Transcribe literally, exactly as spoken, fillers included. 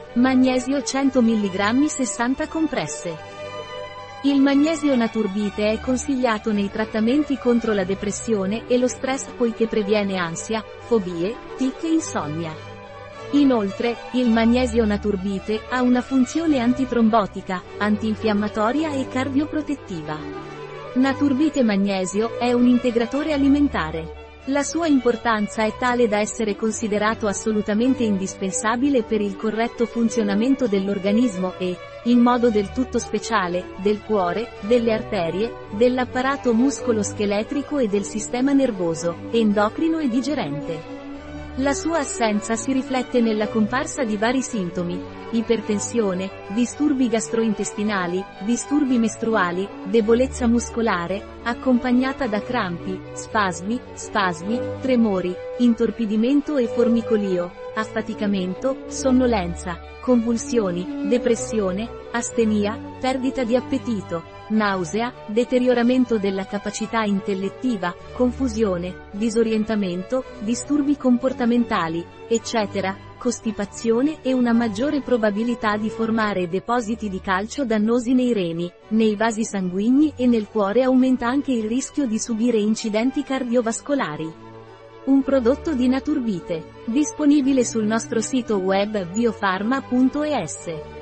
Magnesio cento milligrammi sessanta compresse. Il magnesio Naturbite è consigliato nei trattamenti contro la depressione e lo stress poiché previene ansia, fobie, tic e insonnia. Inoltre, il magnesio Naturbite ha una funzione antitrombotica, antinfiammatoria e cardioprotettiva. Naturbite Magnesio è un integratore alimentare. La sua importanza è tale da essere considerato assolutamente indispensabile per il corretto funzionamento dell'organismo e, in modo del tutto speciale, del cuore, delle arterie, dell'apparato muscolo-scheletrico e del sistema nervoso, endocrino e digerente. La sua assenza si riflette nella comparsa di vari sintomi: ipertensione, disturbi gastrointestinali, disturbi mestruali, debolezza muscolare, accompagnata da crampi, spasmi, spasmi, tremori, intorpidimento e formicolio, affaticamento, sonnolenza, convulsioni, depressione, astenia, perdita di appetito, nausea, deterioramento della capacità intellettiva, confusione, disorientamento, disturbi comportamentali, eccetera, costipazione e una maggiore probabilità di formare depositi di calcio dannosi nei reni, nei vasi sanguigni e nel cuore. Aumenta anche il rischio di subire incidenti cardiovascolari. Un prodotto di Naturbite, disponibile sul nostro sito web biofarma punto es.